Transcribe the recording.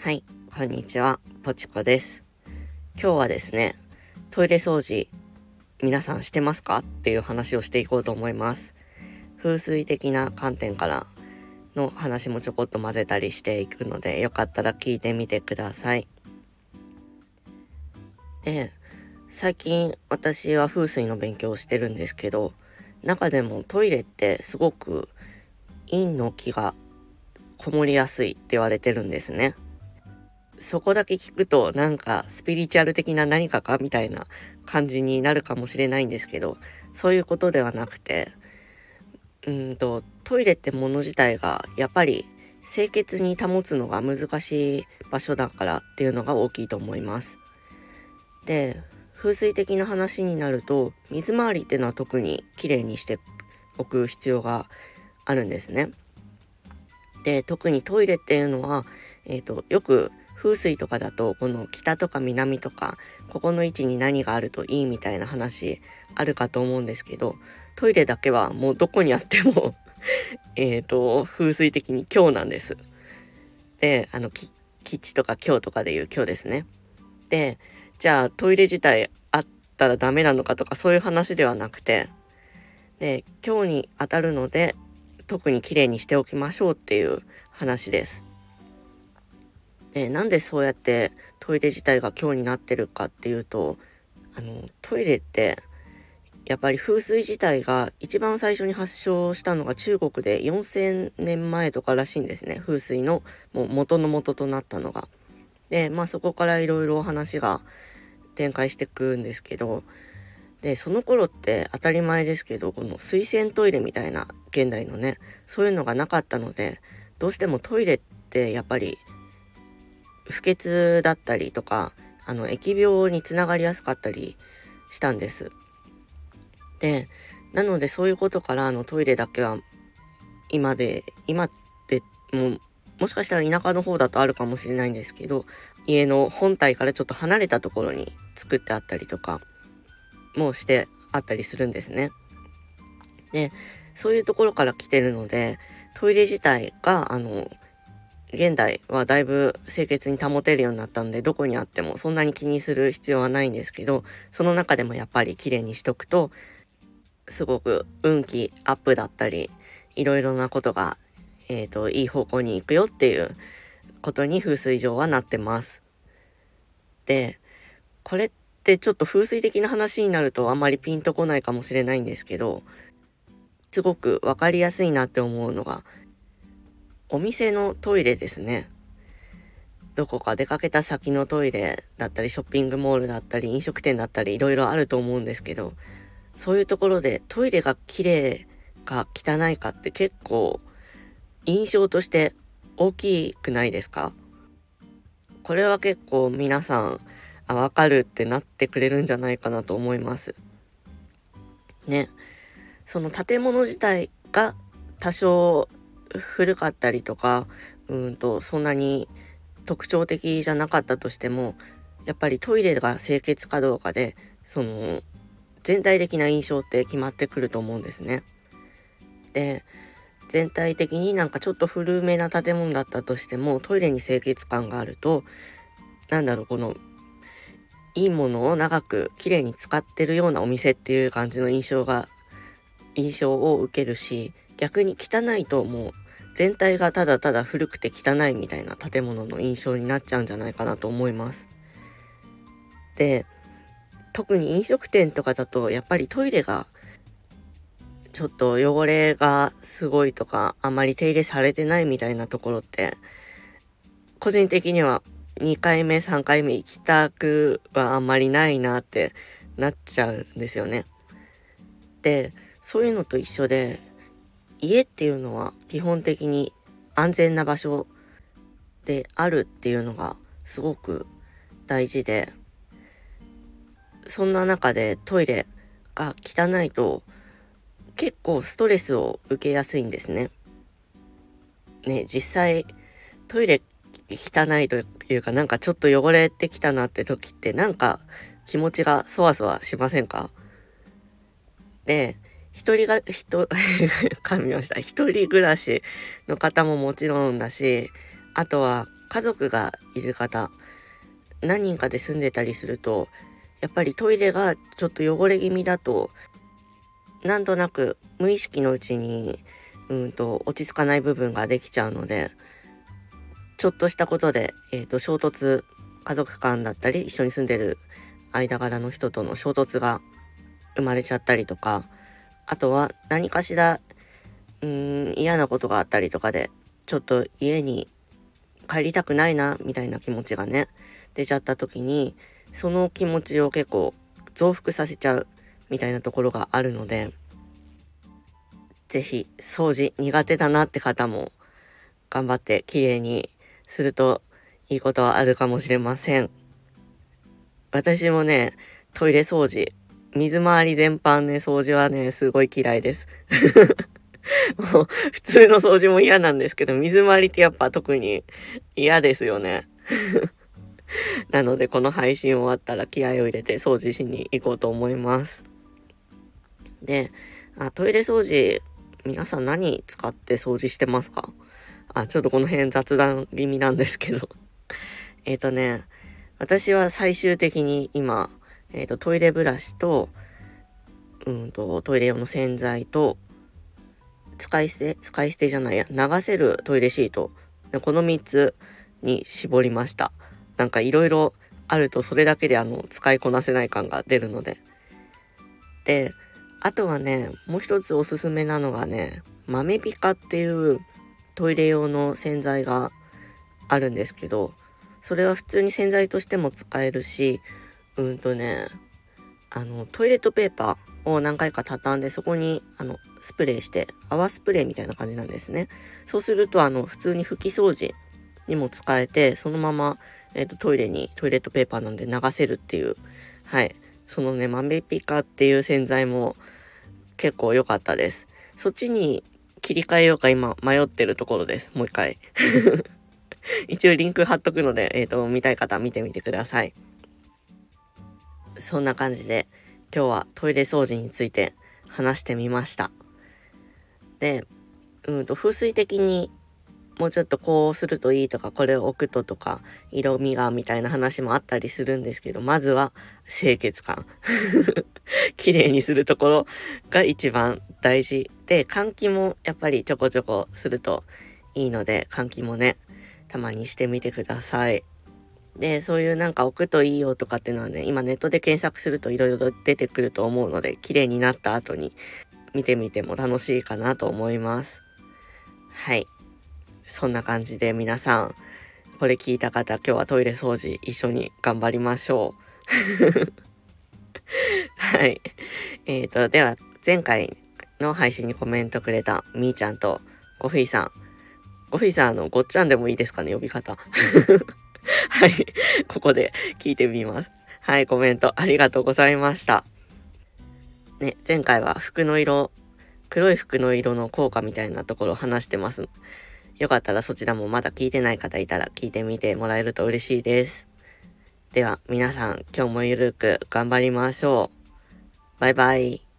はい、こんにちは、ぽちこです。今日はですね、トイレ掃除、皆さんしてますかっていう話をしていこうと思います。風水的な観点からの話もちょこっと混ぜたりしていくので、よかったら聞いてみてください。で、最近私は風水の勉強をしてるんですけど、中でもトイレってすごく陰の気がこもりやすいって言われてるんですね。そこだけ聞くとなんかスピリチュアル的な何かかみたいな感じになるかもしれないんですけど、そういうことではなくて、トイレってもの自体がやっぱり清潔に保つのが難しい場所だからっていうのが大きいと思います。で、風水的な話になると、水回りっていうのは特にきれいにしておく必要があるんですね。で、特にトイレっていうのは、よく風水とかだと、この北とか南とか、ここの位置に何があるといいみたいな話あるかと思うんですけど、トイレだけはもうどこにあっても風水的に強なんです。で、吉とか凶とかでいう強ですね。で、じゃあトイレ自体あったらダメなのかとかそういう話ではなくて、で、強に当たるので、特に綺麗にしておきましょうっていう話です。で、なんでそうやってトイレ自体が強になってるかっていうと、トイレってやっぱり風水自体が一番最初に発祥したのが中国で4000年前とからしいんですね。風水のもう元の元となったのが。で、そこからいろいろ話が展開していくんですけど、で、その頃って当たり前ですけど、この水洗トイレみたいな現代のね、そういうのがなかったので、どうしてもトイレってやっぱり不潔だったりとか、疫病につながりやすかったりしたんです。で、なのでそういうことからトイレだけは今ってもしかしたら田舎の方だとあるかもしれないんですけど、家の本体からちょっと離れたところに作ってあったりとかもしてあったりするんですね。で、そういうところから来てるので、トイレ自体が現代はだいぶ清潔に保てるようになったので、どこにあってもそんなに気にする必要はないんですけど、その中でもやっぱり綺麗にしとくと、すごく運気アップだったり、いろいろなことが、いい方向に行くよっていうことに風水上はなってます。で、これってちょっと風水的な話になるとあんまりピンとこないかもしれないんですけど、すごくわかりやすいなって思うのが、お店のトイレですね。どこか出かけた先のトイレだったり、ショッピングモールだったり、飲食店だったり、いろいろあると思うんですけど、そういうところでトイレが綺麗か汚いかって結構印象として大きくないですか？これは結構皆さん、わかるってなってくれるんじゃないかなと思います。ね。その建物自体が多少古かったりとか、そんなに特徴的じゃなかったとしても、やっぱりトイレが清潔かどうかで、全体的な印象って決まってくると思うんですね。で、全体的になんかちょっと古めな建物だったとしても、トイレに清潔感があると、このいいものを長く綺麗に使ってるようなお店っていう感じの印象を受けるし、逆に汚いともう全体がただただ古くて汚いみたいな建物の印象になっちゃうんじゃないかなと思います。で、特に飲食店とかだとやっぱりトイレがちょっと汚れがすごいとか、あまり手入れされてないみたいなところって、個人的には2回目、3回目行きたくはあんまりないなってなっちゃうんですよね。で、そういうのと一緒で、家っていうのは基本的に安全な場所であるっていうのがすごく大事で、そんな中でトイレが汚いと結構ストレスを受けやすいんですね。ね、実際トイレ汚いというかなんかちょっと汚れてきたなって時ってなんか気持ちがそわそわしませんか？で、一人が、人、噛みました。一人暮らしの方ももちろんだし、あとは家族がいる方、何人かで住んでたりすると、やっぱりトイレがちょっと汚れ気味だと、なんとなく無意識のうちに落ち着かない部分ができちゃうので、ちょっとしたことで、衝突、家族間だったり一緒に住んでる間柄の人との衝突が生まれちゃったりとか、あとは何かしら嫌なことがあったりとかで、ちょっと家に帰りたくないなみたいな気持ちがね出ちゃった時に、その気持ちを結構増幅させちゃうみたいなところがあるので、ぜひ掃除苦手だなって方も頑張ってきれいにするといいことはあるかもしれません。私もね、トイレ掃除、水回り全般ね、掃除はねすごい嫌いですもう普通の掃除も嫌なんですけど、水回りってやっぱ特に嫌ですよねなのでこの配信終わったら気合を入れて掃除しに行こうと思います。で、トイレ掃除、皆さん何使って掃除してますか？ちょっとこの辺雑談気味なんですけど私は最終的に今、トイレブラシと、トイレ用の洗剤と、使い捨てじゃないや、流せるトイレシート、この3つに絞りました。なんかいろいろあるとそれだけで使いこなせない感が出るので。で、あとはね、もう一つおすすめなのがね、豆ピカっていうトイレ用の洗剤があるんですけど、それは普通に洗剤としても使えるし、トイレットペーパーを何回か畳んで、そこにスプレーして、泡スプレーみたいな感じなんですね。そうすると普通に拭き掃除にも使えて、そのまま、トイレにトイレットペーパーなんで流せるっていう、はい、そのね、豆ピカっていう洗剤も結構良かったです。そっちに切り替えようか今迷ってるところです。もう一回一応リンク貼っとくので、見たい方見てみてください。そんな感じで今日はトイレ掃除について話してみました。で、風水的にもうちょっとこうするといいとか、これを置くととか、色味がみたいな話もあったりするんですけど、まずは清潔感綺麗にするところが一番大事で、換気もやっぱりちょこちょこするといいので、換気もねたまにしてみてください。で、そういうなんか置くといいよとかっていうのはね、今ネットで検索するといろいろ出てくると思うので、綺麗になった後に見てみても楽しいかなと思います。はい。そんな感じで皆さん、これ聞いた方、今日はトイレ掃除一緒に頑張りましょう。はい。では、前回の配信にコメントくれたみーちゃんとゴフィーさん。ゴフィーさん、ごっちゃんでもいいですかね、呼び方。はい。ここで聞いてみます。はい、コメントありがとうございました。ね、前回は服の色、黒い服の色の効果みたいなところを話してます。よかったらそちらもまだ聞いてない方いたら聞いてみてもらえると嬉しいです。では皆さん、今日もゆるく頑張りましょう。バイバイ。